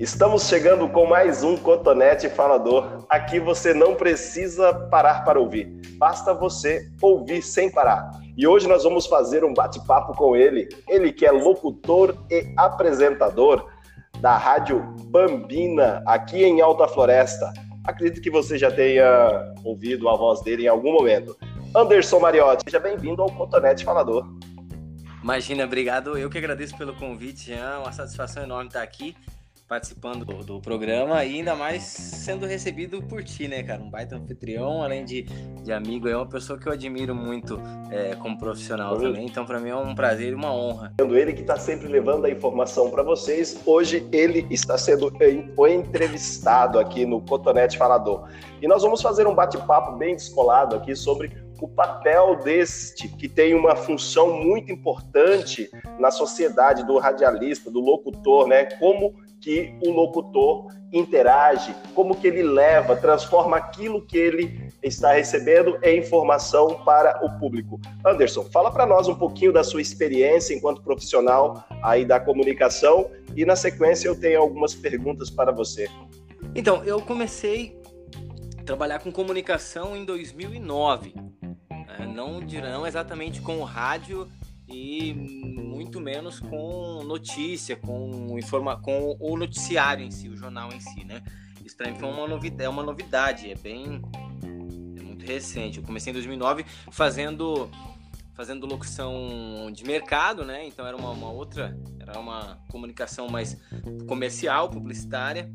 Estamos chegando com mais um Cotonete Falador. Aqui você não precisa parar para ouvir, basta você ouvir sem parar. E hoje nós vamos fazer um bate-papo com ele que é locutor e apresentador da Rádio Bambina, aqui em Alta Floresta. Acredito que você já tenha ouvido a voz dele em algum momento. Anderson Mariotti, seja bem-vindo ao Cotonete Falador. Imagina, obrigado. Eu que agradeço pelo convite, Jean. Uma satisfação enorme estar aqui participando do programa e ainda mais sendo recebido por ti, né, cara? Um baita anfitrião, além de amigo, é uma pessoa que eu admiro muito como profissional também. Então, para mim é um prazer e uma honra. Ele que está sempre levando a informação para vocês, hoje ele está sendo o entrevistado aqui no Cotonete Falador. E nós vamos fazer um bate-papo bem descolado aqui sobre o papel deste, que tem uma função muito importante na sociedade do radialista, do locutor, né? Como que o locutor interage, como que ele leva, transforma aquilo que ele está recebendo em informação para o público. Anderson, fala para nós um pouquinho da sua experiência enquanto profissional aí da comunicação e na sequência eu tenho algumas perguntas para você. Então, eu comecei a trabalhar com comunicação em 2009, não exatamente com o rádio e muito menos com notícia, com o noticiário em si, o jornal em si, né? Isso para mim foi uma novidade, é muito recente. Eu comecei em 2009 fazendo locução de mercado, né? Então era era uma comunicação mais comercial, publicitária.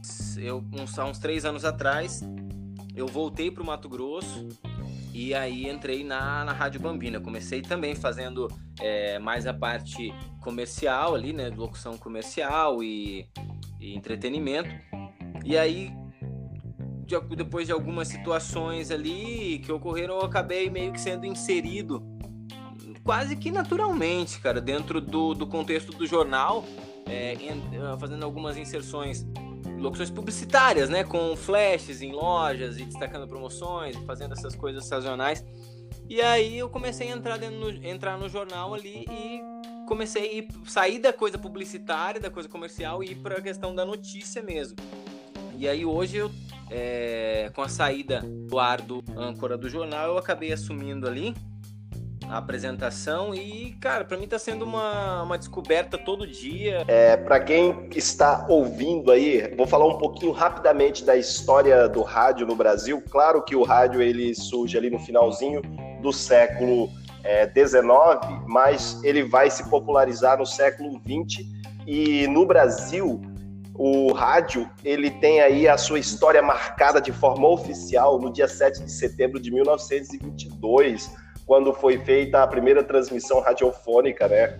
Há uns 3 anos atrás, eu voltei para o Mato Grosso e aí entrei na Rádio Bambina. Comecei também fazendo mais a parte comercial ali, né? Locução comercial e entretenimento. E aí, depois de algumas situações ali que ocorreram, eu acabei meio que sendo inserido quase que naturalmente, cara, dentro do contexto do jornal, fazendo algumas inserções, locuções publicitárias, né, com flashes em lojas e destacando promoções, fazendo essas coisas sazonais. E aí eu comecei a entrar no jornal ali e comecei a sair da coisa publicitária, da coisa comercial e ir para a questão da notícia mesmo. E aí hoje eu, com a saída do ar do âncora do jornal, eu acabei assumindo ali a apresentação e, cara, para mim tá sendo uma descoberta todo dia. Para quem está ouvindo aí, vou falar um pouquinho rapidamente da história do rádio no Brasil. Claro que o rádio ele surge ali no finalzinho do século XIX, mas ele vai se popularizar no século XX e no Brasil o rádio ele tem aí a sua história marcada de forma oficial no dia 7 de setembro de 1922, quando foi feita a primeira transmissão radiofônica, né?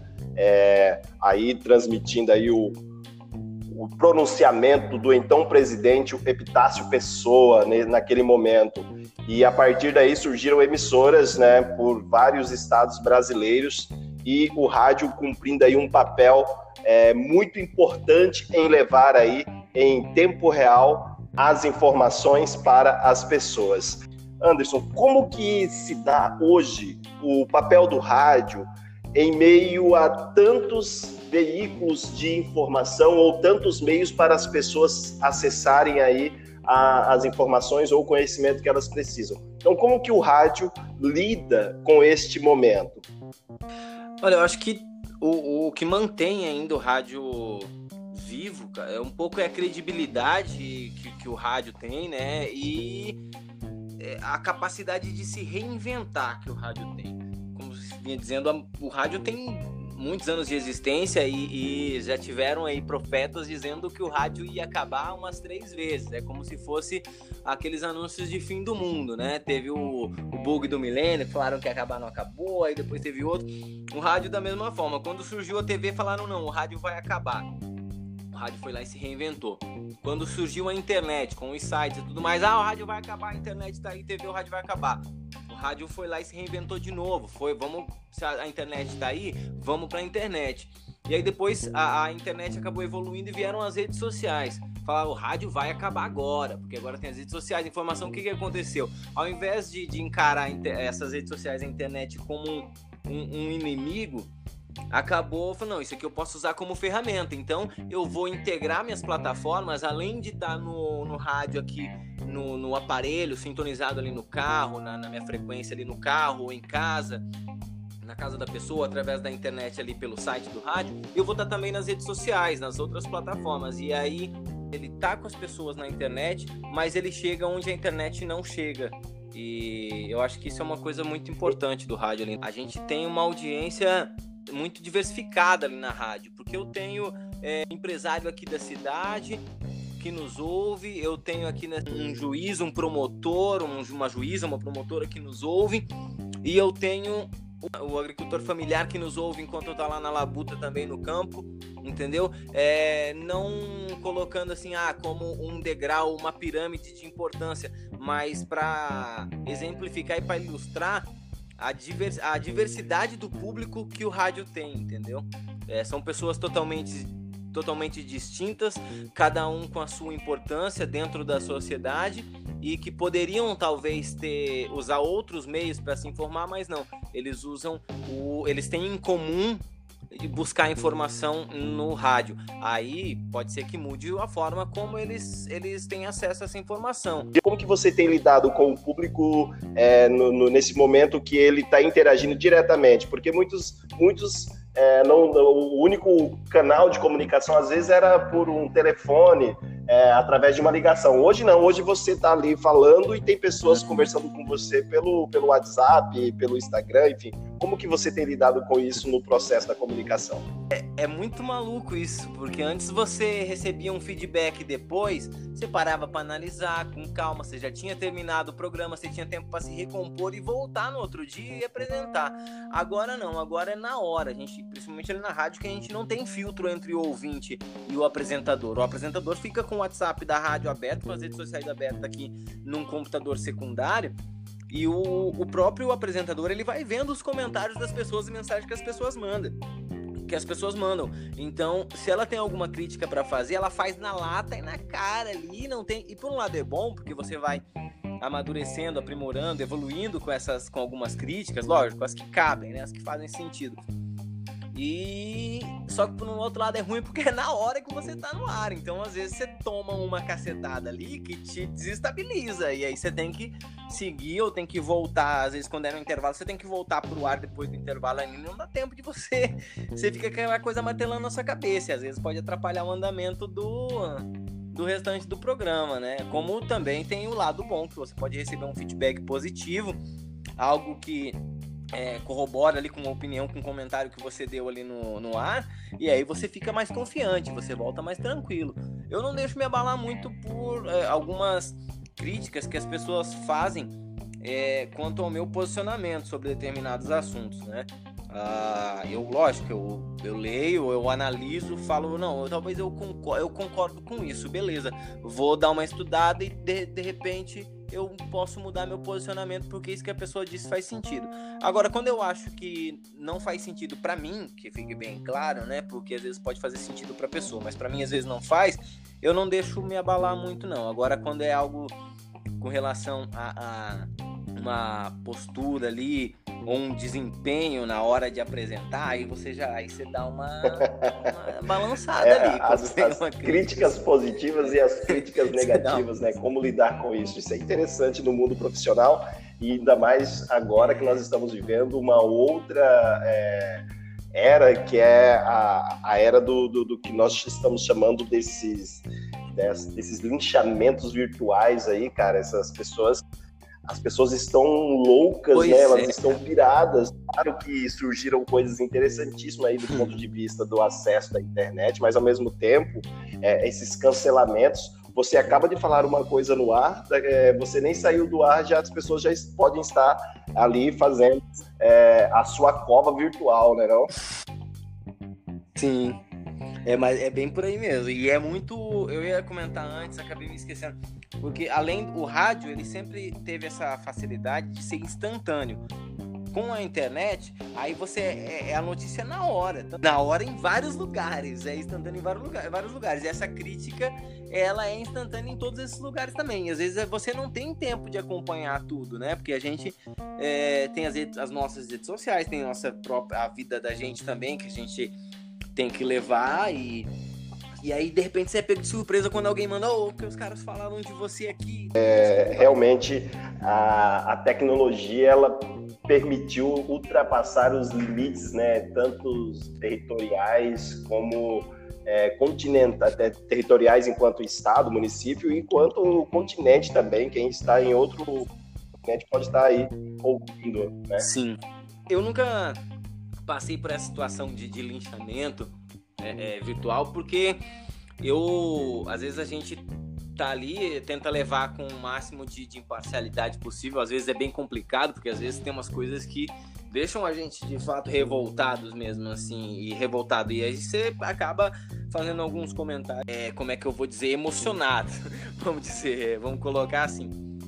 Aí transmitindo aí o pronunciamento do então presidente, o Epitácio Pessoa, né, naquele momento. E a partir daí surgiram emissoras, né, por vários estados brasileiros e o rádio cumprindo aí um papel muito importante em levar aí em tempo real as informações para as pessoas. Anderson, como que se dá hoje o papel do rádio em meio a tantos veículos de informação ou tantos meios para as pessoas acessarem aí as informações ou o conhecimento que elas precisam? Então, como que o rádio lida com este momento? Olha, eu acho que o que mantém ainda o rádio vivo, cara, é um pouco a credibilidade que o rádio tem, né? E a capacidade de se reinventar que o rádio tem. Como você vinha dizendo, o rádio tem muitos anos de existência e já tiveram aí profetas dizendo que o rádio ia acabar umas 3 vezes. É como se fosse aqueles anúncios de fim do mundo, né? Teve o bug do milênio, falaram que ia acabar, não acabou, aí depois teve outro. O rádio da mesma forma. Quando surgiu a TV, falaram não, o rádio vai acabar. O rádio foi lá e se reinventou. Quando surgiu a internet, com os sites e tudo mais, o rádio vai acabar, a internet tá aí, TV, o rádio vai acabar. O rádio foi lá e se reinventou de novo. Se a internet tá aí, vamos pra internet. E aí depois a internet acabou evoluindo e vieram as redes sociais. Falaram, o rádio vai acabar agora, porque agora tem as redes sociais. Informação, o que aconteceu? Ao invés de encarar essas redes sociais, a internet como um inimigo, acabou falando, não, isso aqui eu posso usar como ferramenta, então eu vou integrar minhas plataformas, além de estar no rádio aqui, no aparelho, sintonizado ali no carro, na minha frequência ali no carro ou em casa, na casa da pessoa, através da internet ali pelo site do rádio, eu vou estar também nas redes sociais, nas outras plataformas, e aí ele tá com as pessoas na internet, mas ele chega onde a internet não chega. E eu acho que isso é uma coisa muito importante do rádio ali. A gente tem uma audiência muito diversificada ali na rádio, porque eu tenho empresário aqui da cidade que nos ouve, eu tenho aqui um juiz, um promotor, uma juíza, uma promotora que nos ouve, e eu tenho o agricultor familiar que nos ouve enquanto tá lá na labuta também no campo, entendeu? Não colocando assim, como um degrau, uma pirâmide de importância, mas para exemplificar e para ilustrar a diversidade do público que o rádio tem, entendeu? São pessoas totalmente distintas, cada um com a sua importância dentro da sociedade e que poderiam talvez usar outros meios para se informar, mas não, eles têm em comum buscar informação no rádio. Aí pode ser que mude a forma como eles têm acesso a essa informação. Como que você tem lidado com o público nesse momento que ele está interagindo diretamente? Porque muitos o único canal de comunicação às vezes era por um telefone, através de uma ligação. Hoje não, hoje você está ali falando e tem pessoas conversando com você pelo WhatsApp, pelo Instagram, enfim. Como que você tem lidado com isso no processo da comunicação? É muito maluco isso, porque antes você recebia um feedback, depois você parava para analisar com calma, você já tinha terminado o programa, você tinha tempo para se recompor e voltar no outro dia e apresentar. Agora não, agora é na hora, a gente, principalmente ali na rádio, que a gente não tem filtro entre o ouvinte e o apresentador. O apresentador fica com o WhatsApp da rádio aberto, com as redes sociais abertas aqui num computador secundário, e o próprio apresentador, ele vai vendo os comentários das pessoas e mensagens que as pessoas mandam. Então, se ela tem alguma crítica para fazer, ela faz na lata e na cara ali, não tem. E por um lado é bom, porque você vai amadurecendo, aprimorando, evoluindo com algumas críticas, lógico, as que cabem, né, as que fazem sentido. E só que por um outro lado é ruim porque é na hora que você tá no ar, então às vezes você toma uma cacetada ali que te desestabiliza, e aí você tem que seguir ou tem que voltar, às vezes quando é no intervalo você tem que voltar pro ar depois do intervalo, aí não dá tempo de você fica com aquela coisa martelando na sua cabeça, e às vezes pode atrapalhar o andamento do restante do programa, né? Como também tem o lado bom, que você pode receber um feedback positivo, algo que corrobora ali com a opinião, com o comentário que você deu ali no ar, e aí você fica mais confiante, você volta mais tranquilo. Eu não deixo me abalar muito por algumas críticas que as pessoas fazem quanto ao meu posicionamento sobre determinados assuntos, né? Eu leio, eu analiso, falo, não, talvez eu concordo com isso, beleza, vou dar uma estudada e de repente eu posso mudar meu posicionamento porque isso que a pessoa disse faz sentido. Agora, quando eu acho que não faz sentido pra mim, que fique bem claro, né, porque às vezes pode fazer sentido pra pessoa, mas pra mim às vezes não faz, eu não deixo me abalar muito não. Agora, quando é algo com relação a uma postura ali, ou um desempenho na hora de apresentar, aí você dá uma balançada ali. As críticas positivas e as críticas negativas, né? Como lidar com isso. Isso é interessante no mundo profissional, e ainda mais agora que nós estamos vivendo uma outra era, que é a era do que nós estamos chamando desses linchamentos virtuais aí, cara. As pessoas estão loucas, né? Elas estão piradas. Claro que surgiram coisas interessantíssimas aí do ponto de vista do acesso da internet, mas ao mesmo tempo, esses cancelamentos, você acaba de falar uma coisa no ar, você nem saiu do ar, já as pessoas já podem estar ali fazendo a sua cova virtual, né, não? Sim. Mas é bem por aí mesmo. E é muito... Eu ia comentar antes, acabei me esquecendo. Porque além do rádio, ele sempre teve essa facilidade de ser instantâneo. Com a internet, aí você é a notícia na hora em vários lugares, é instantâneo em vários lugares. E essa crítica, ela é instantânea em todos esses lugares também. Às vezes você não tem tempo de acompanhar tudo, né? Porque a gente tem as nossas redes sociais, tem a vida da gente também, que a gente tem que levar e aí, de repente, você é pego de surpresa quando alguém manda que os caras falaram de você aqui. Realmente, a tecnologia, ela permitiu ultrapassar os limites, né, tanto territoriais como até territoriais enquanto estado, município, e quanto continente também. Quem está em outro continente pode estar aí ouvindo, né? Sim. Eu nunca passei por essa situação de linchamento virtual, porque às vezes a gente tá ali, tenta levar com o máximo de imparcialidade possível. Às vezes é bem complicado, porque às vezes tem umas coisas que deixam a gente de fato revoltados mesmo, assim, e revoltado. E aí você acaba fazendo alguns comentários, como é que eu vou dizer, emocionado, vamos colocar assim.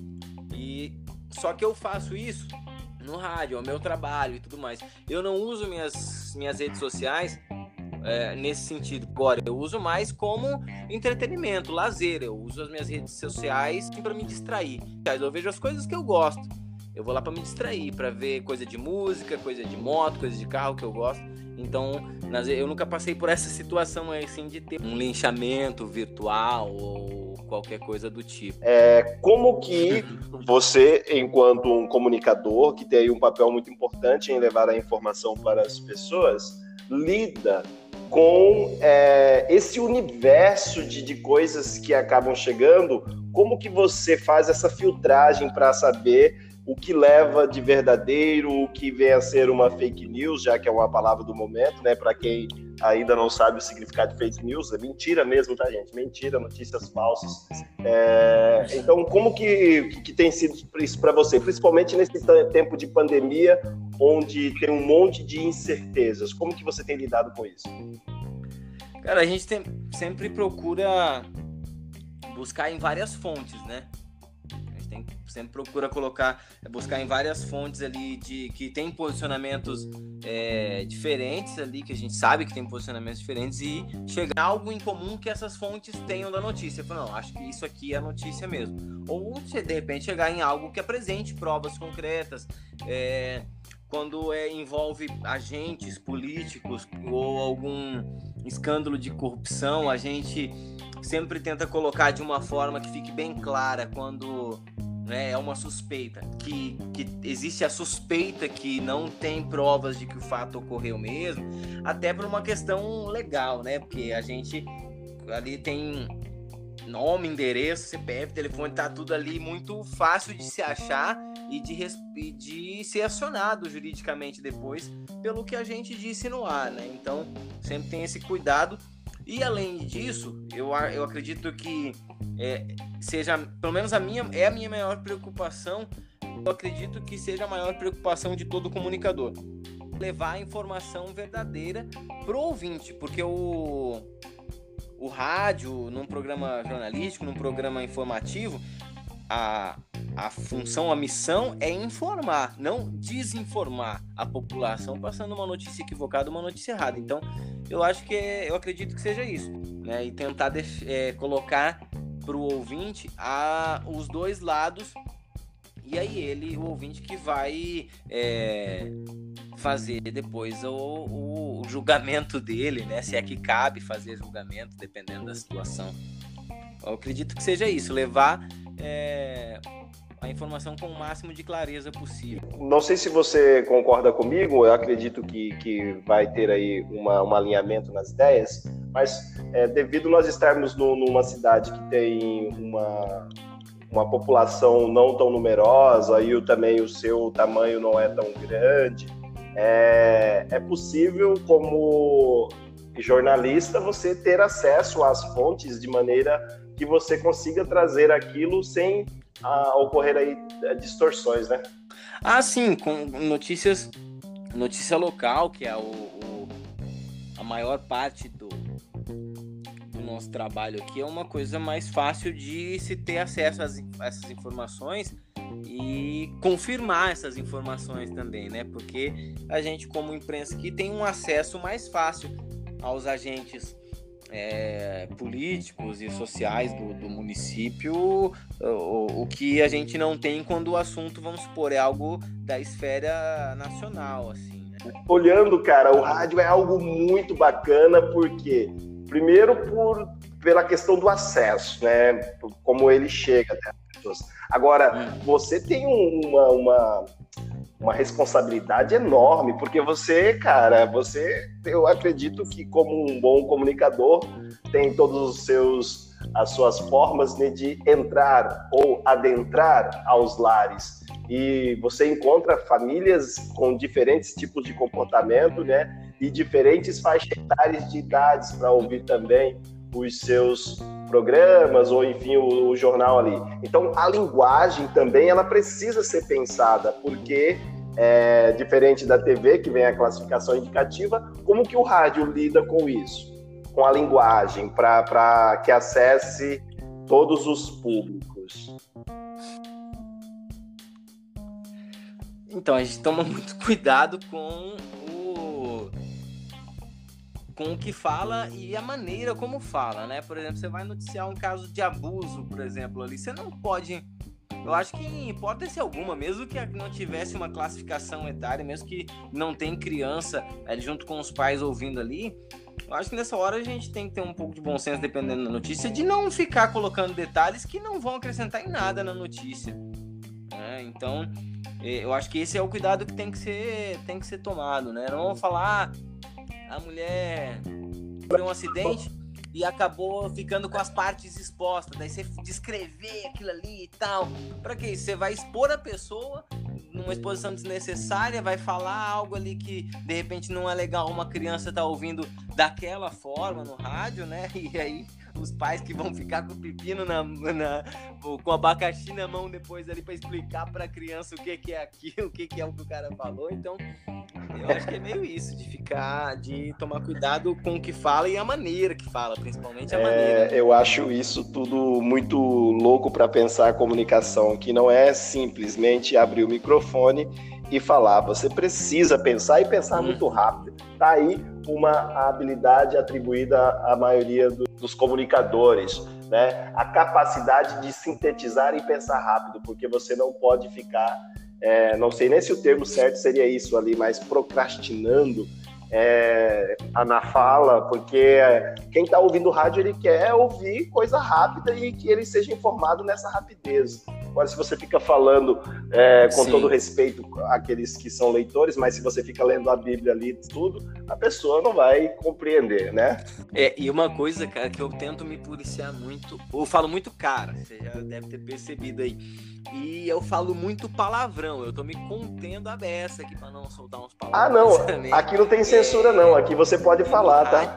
Só que eu faço isso no rádio, é o meu trabalho e tudo mais. Eu não uso minhas redes sociais nesse sentido. Agora, eu uso mais como entretenimento, lazer. Eu uso as minhas redes sociais para me distrair. Eu vejo as coisas que eu gosto. Eu vou lá para me distrair, para ver coisa de música, coisa de moto, coisa de carro que eu gosto. Então, eu nunca passei por essa situação assim de ter um linchamento virtual ou qualquer coisa do tipo. Como que você, enquanto um comunicador, que tem aí um papel muito importante em levar a informação para as pessoas, lida com esse universo de coisas que acabam chegando? Como que você faz essa filtragem para saber o que leva de verdadeiro, o que vem a ser uma fake news, já que é uma palavra do momento, né? Para quem ainda não sabe o significado de fake news, é mentira mesmo, tá, gente? Mentira, notícias falsas. Então, como que tem sido isso para você? Principalmente nesse tempo de pandemia, onde tem um monte de incertezas. Como que você tem lidado com isso? Cara, a gente sempre procura buscar em várias fontes, né? Sempre procura buscar em várias fontes ali que tem posicionamentos diferentes ali, que a gente sabe que tem posicionamentos diferentes, e chegar a algo em comum que essas fontes tenham da notícia. Falo, não, acho que isso aqui é a notícia mesmo. Ou, de repente, chegar em algo que apresente provas concretas, quando envolve agentes políticos ou algum escândalo de corrupção, a gente sempre tenta colocar de uma forma que fique bem clara quando é uma suspeita, que existe a suspeita que não tem provas de que o fato ocorreu mesmo, até por uma questão legal, né? Porque a gente ali tem nome, endereço, CPF, telefone, tá tudo ali muito fácil de se achar e de ser acionado juridicamente depois pelo que a gente disse no ar, né? Então, sempre tem esse cuidado. E além disso, eu acredito que seja, pelo menos a minha maior preocupação, eu acredito que seja a maior preocupação de todo comunicador, levar a informação verdadeira pro ouvinte, porque o rádio, num programa jornalístico, num programa informativo, a função, a missão é informar, não desinformar a população passando uma notícia equivocada, uma notícia errada. Então, eu acredito que seja isso, né? E tentar colocar para o ouvinte os dois lados, e aí o ouvinte que vai fazer depois o julgamento dele, né? Se é que cabe fazer julgamento, dependendo da situação. Eu acredito que seja isso, levar a informação com o máximo de clareza possível. Não sei se você concorda comigo, eu acredito que vai ter aí um alinhamento nas ideias, mas devido nós estarmos numa cidade que tem uma população não tão numerosa e também o seu tamanho não é tão grande, é possível, como jornalista, você ter acesso às fontes de maneira que você consiga trazer aquilo sem ocorrer aí distorções, né? Sim, com notícia local, que é a maior parte do nosso trabalho aqui, é uma coisa mais fácil de se ter acesso a essas informações e confirmar essas informações também, né? Porque a gente, como imprensa aqui, tem um acesso mais fácil aos agentes políticos e sociais do município, o que a gente não tem quando o assunto, vamos supor, é algo da esfera nacional, assim, né? Olhando, cara, o rádio é algo muito bacana, porque primeiro pela questão do acesso, né? Como ele chega até as pessoas. Agora, você tem uma responsabilidade enorme, porque você, cara, eu acredito que como um bom comunicador tem todos as suas formas, né, de entrar ou adentrar aos lares. E você encontra famílias com diferentes tipos de comportamento, né, e diferentes faixas etárias de idades para ouvir também os seus programas ou, enfim, o jornal ali. Então, a linguagem também, ela precisa ser pensada, porque diferente da TV, que vem a classificação indicativa, como que o rádio lida com isso? Com a linguagem, para que acesse todos os públicos. Então, a gente toma muito cuidado com o que fala e a maneira como fala, né? Por exemplo, você vai noticiar um caso de abuso, por exemplo, ali, você não pode... Eu acho que em hipótese alguma, mesmo que não tivesse uma classificação etária, mesmo que não tem criança junto com os pais ouvindo ali, eu acho que nessa hora a gente tem que ter um pouco de bom senso, dependendo da notícia, de não ficar colocando detalhes que não vão acrescentar em nada na notícia. Então, eu acho que esse é o cuidado que tem que ser tomado, né? Não vamos falar... A mulher sofreu um acidente e acabou ficando com as partes expostas. Daí você descrever aquilo ali e tal. Pra quê? Você vai expor a pessoa numa exposição desnecessária, vai falar algo ali que de repente não é legal uma criança tá ouvindo daquela forma no rádio, né? E aí os pais que vão ficar com o pepino com abacaxi na mão depois ali para explicar para a criança o que é aquilo, o que é o que o cara falou. Então, eu acho que é meio isso, de tomar cuidado com o que fala e a maneira que fala, principalmente a maneira. Eu acho isso tudo muito louco para pensar a comunicação, que não é simplesmente abrir o microfone e falar. Você precisa pensar e pensar muito rápido. Tá aí uma habilidade atribuída à maioria dos comunicadores, né? A capacidade de sintetizar e pensar rápido, porque você não pode ficar, não sei nem se o termo certo seria isso ali, mas procrastinando na fala, porque quem está ouvindo rádio, ele quer ouvir coisa rápida e que ele seja informado nessa rapidez. Agora, se você fica falando com todo respeito àqueles que são leitores, mas se você fica lendo a Bíblia ali tudo, a pessoa não vai compreender, né? E uma coisa, cara, que eu tento me policiar muito, eu falo muito cara, você já deve ter percebido aí, e eu falo muito palavrão, eu tô me contendo a beça aqui pra não soltar uns palavrões. Ah, não, aqui não tem censura não, aqui você pode falar, tá?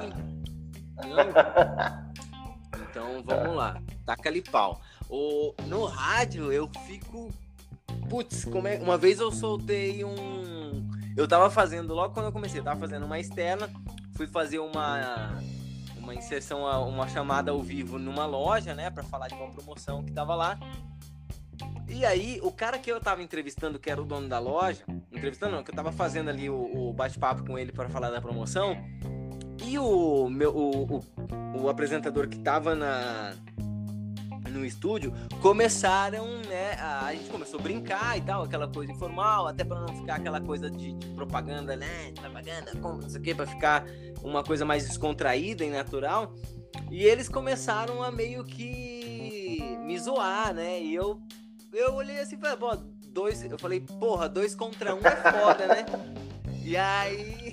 Então, vamos lá, taca-lhe pau. No rádio eu fico... Putz, uma vez eu soltei eu tava fazendo, logo quando eu comecei, eu tava fazendo uma externa, fui fazer uma inserção, uma chamada ao vivo numa loja, né, pra falar de uma promoção que tava lá. E aí, o cara que eu tava entrevistando, que era o dono da loja, que eu tava fazendo ali o bate-papo com ele para falar da promoção, e o apresentador que tava no estúdio, começaram, né, a gente começou a brincar e tal, aquela coisa informal, até para não ficar aquela coisa de propaganda, né, propaganda, não sei o que, para ficar uma coisa mais descontraída e natural, e eles começaram a meio que me zoar, né, e eu olhei assim e falei, eu falei, porra, 2 contra 1 é foda, né, e aí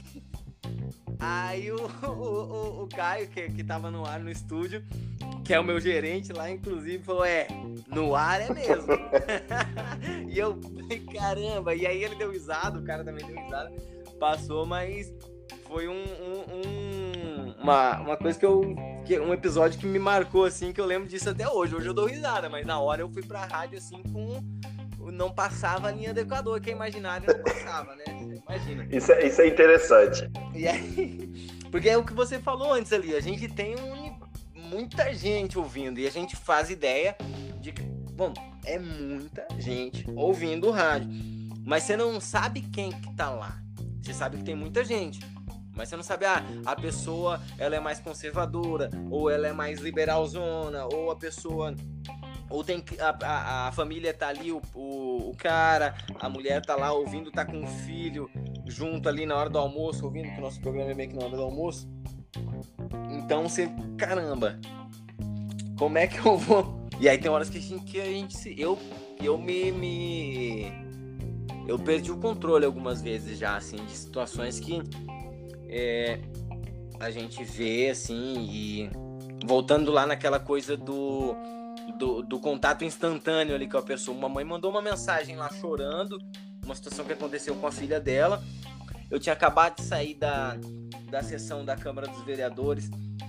o Caio, que tava no ar no estúdio, que é o meu gerente lá, inclusive, falou, no ar é mesmo. E eu falei, caramba, e aí ele deu risada, o cara também deu risada, passou, mas foi uma coisa um episódio que me marcou, assim, que eu lembro disso até hoje. Hoje eu dou risada, mas na hora eu fui pra rádio, assim, não passava a linha do Equador, que é imaginário, não passava, né? Você imagina. Isso é interessante. E aí, porque é o que você falou antes ali, a gente tem muita gente ouvindo e a gente faz ideia de que, bom, é muita gente ouvindo o rádio. Mas você não sabe quem que tá lá. Você sabe que tem muita gente. Mas você não sabe, a pessoa, ela é mais conservadora, ou ela é mais liberalzona, ou a pessoa... Ou tem a família tá ali, o cara, a mulher tá lá ouvindo, tá com o filho junto ali na hora do almoço, ouvindo, que o nosso programa é meio que na hora do almoço. Então você, caramba, como é que eu vou? E aí tem horas que eu perdi o controle algumas vezes já, assim, de situações que a gente vê, assim, e voltando lá naquela coisa do contato instantâneo ali com a pessoa. Uma mãe mandou uma mensagem lá chorando, uma situação que aconteceu com a filha dela. Eu tinha acabado de sair da sessão da Câmara dos Vereadores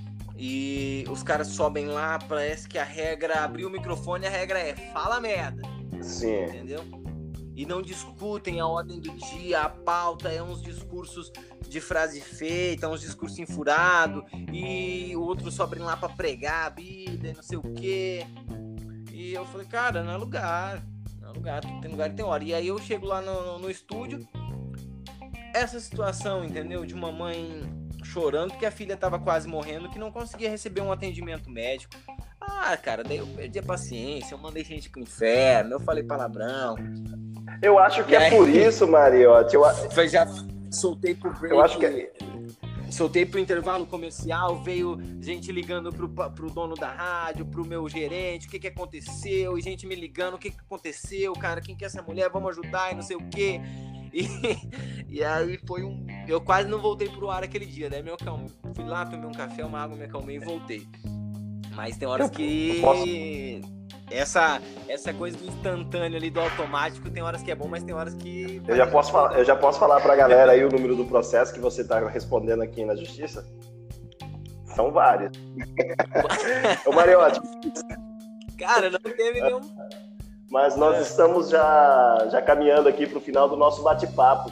e os caras sobem lá, parece que a regra, abrir o microfone, a regra é fala merda. Sim. Entendeu? E não discutem a ordem do dia, a pauta, é uns discursos de frase feita, uns discursos enfurados, e o outro sobe lá pra pregar a Bíblia, não sei o quê. E eu falei, cara, não é lugar, tem lugar que tem hora. E aí eu chego lá no estúdio, essa situação, entendeu? De uma mãe chorando porque a filha tava quase morrendo, que não conseguia receber um atendimento médico. Cara, daí eu perdi a paciência, eu mandei gente pro inferno, eu falei palavrão. Eu acho que é por isso, Mariotti. Eu já soltei pro break. Eu acho que soltei pro intervalo comercial, veio gente ligando pro dono da rádio, pro meu gerente, o que aconteceu, e gente me ligando, o que aconteceu, cara, quem que é essa mulher, vamos ajudar e não sei o quê. E aí foi eu quase não voltei pro ar aquele dia, né? Fui lá, tomei um café, uma água, me acalmei e voltei. Mas tem horas que essa coisa do instantâneo ali, do automático, tem horas que é bom, mas tem horas que... Eu já posso falar pra galera aí o número do processo que você tá respondendo aqui na justiça? São vários. Ô, Mariotti. Cara, não teve nenhum... Mas nós estamos já caminhando aqui pro final do nosso bate-papo.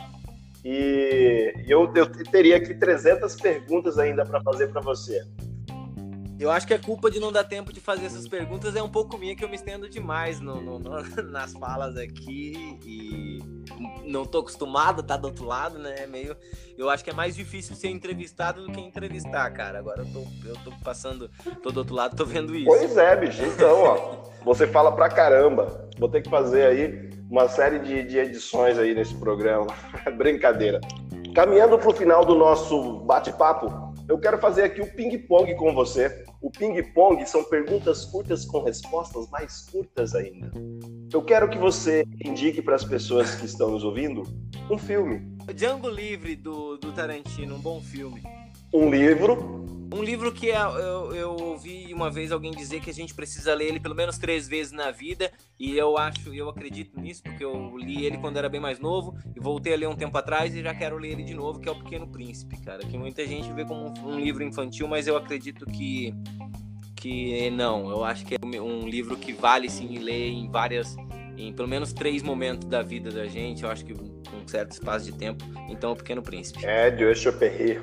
E eu teria aqui 300 perguntas ainda para fazer para você. Eu acho que a culpa de não dar tempo de fazer essas perguntas é um pouco minha, que eu me estendo demais nas falas aqui e não tô acostumado a estar do outro lado, né? Eu acho que é mais difícil ser entrevistado do que entrevistar, cara. Agora eu tô passando, tô do outro lado, tô vendo isso. Pois é, bicho. Então, ó, você fala pra caramba. Vou ter que fazer aí uma série de edições aí nesse programa. Brincadeira. Caminhando pro final do nosso bate-papo, eu quero fazer aqui o ping-pong com você. O ping-pong são perguntas curtas com respostas mais curtas ainda. Eu quero que você indique para as pessoas que estão nos ouvindo um filme. Django Livre, do Tarantino, um bom filme. Um livro. Um livro que eu ouvi uma vez alguém dizer que a gente precisa ler ele pelo menos 3 vezes na vida, e eu acredito nisso, porque eu li ele quando era bem mais novo, e voltei a ler um tempo atrás e já quero ler ele de novo, que é O Pequeno Príncipe, cara, que muita gente vê como um livro infantil, mas eu acredito que não, eu acho que é um livro que vale sim ler em pelo menos 3 momentos da vida da gente, eu acho que com um certo espaço de tempo. Então, O Pequeno Príncipe. De Exupéry.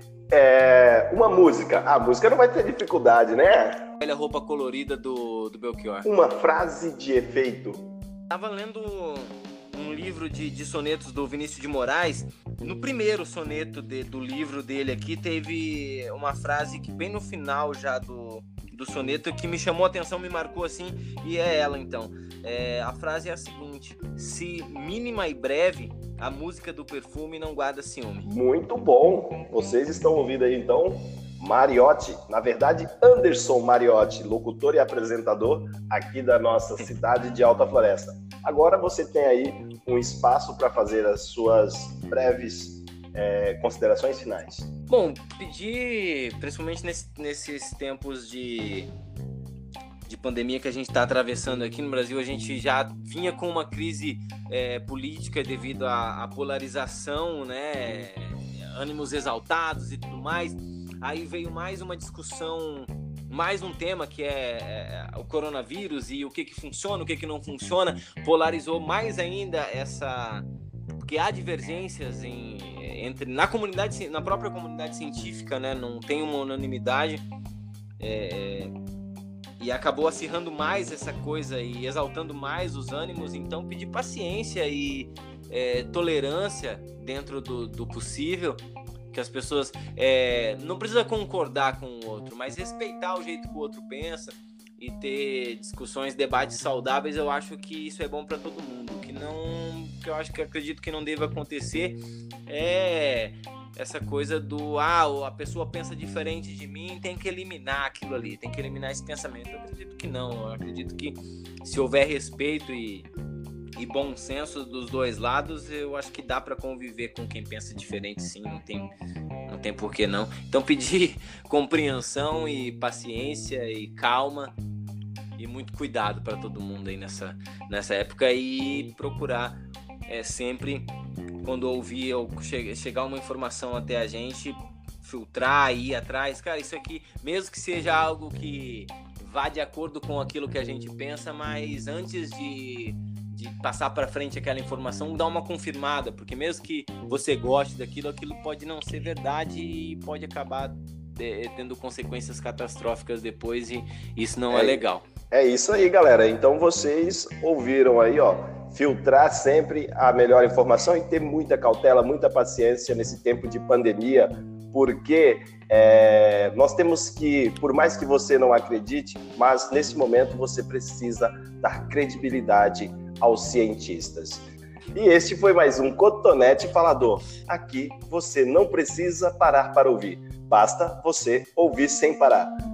Uma música. A música não vai ter dificuldade, né? A roupa colorida do Belchior. Uma frase de efeito. Tava lendo um livro de sonetos do Vinícius de Moraes. No primeiro soneto do livro dele aqui, teve uma frase que bem no final já do soneto, que me chamou a atenção, me marcou assim, e é ela então. A frase é a seguinte: se mínima e breve, a música do perfume não guarda ciúme. Muito bom. Vocês estão ouvindo aí então Mariotti, na verdade Anderson Mariotti, locutor e apresentador aqui da nossa cidade de Alta Floresta. Agora você tem aí um espaço para fazer as suas breves considerações finais. Bom, pedir, principalmente nesses tempos de pandemia que a gente está atravessando aqui no Brasil, a gente já vinha com uma crise política devido à polarização, né? Ânimos exaltados e tudo mais. Aí veio mais uma discussão, mais um tema que é o coronavírus e o que funciona, o que não funciona, polarizou mais ainda porque há divergências na própria comunidade científica, né? Não tem uma unanimidade. e acabou acirrando mais essa coisa e exaltando mais os ânimos. Então, pedir paciência e tolerância dentro do possível, que as pessoas não precisa concordar com o outro, mas respeitar o jeito que o outro pensa e ter discussões, debates saudáveis. Eu acho que isso é bom para todo mundo. Que eu acredito que não deva acontecer é essa coisa a pessoa pensa diferente de mim, tem que eliminar aquilo ali, tem que eliminar esse pensamento. Eu acredito que não. Eu acredito que se houver respeito e bom senso dos dois lados, eu acho que dá para conviver com quem pensa diferente, sim. Não tem por que não. Então, pedir compreensão e paciência e calma e muito cuidado para todo mundo aí nessa época, e procurar sempre, quando ouvir ou chegar uma informação até a gente, filtrar, ir atrás. Cara, isso aqui, mesmo que seja algo que vá de acordo com aquilo que a gente pensa, mas antes de passar para frente aquela informação, dar uma confirmada, porque mesmo que você goste daquilo, aquilo pode não ser verdade e pode acabar tendo consequências catastróficas depois, e isso não é legal. É isso aí, galera. Então vocês ouviram aí, ó, filtrar sempre a melhor informação e ter muita cautela, muita paciência nesse tempo de pandemia, porque nós temos que, por mais que você não acredite, mas nesse momento você precisa dar credibilidade aos cientistas. E este foi mais um Cotonete Falador. Aqui você não precisa parar para ouvir, basta você ouvir sem parar.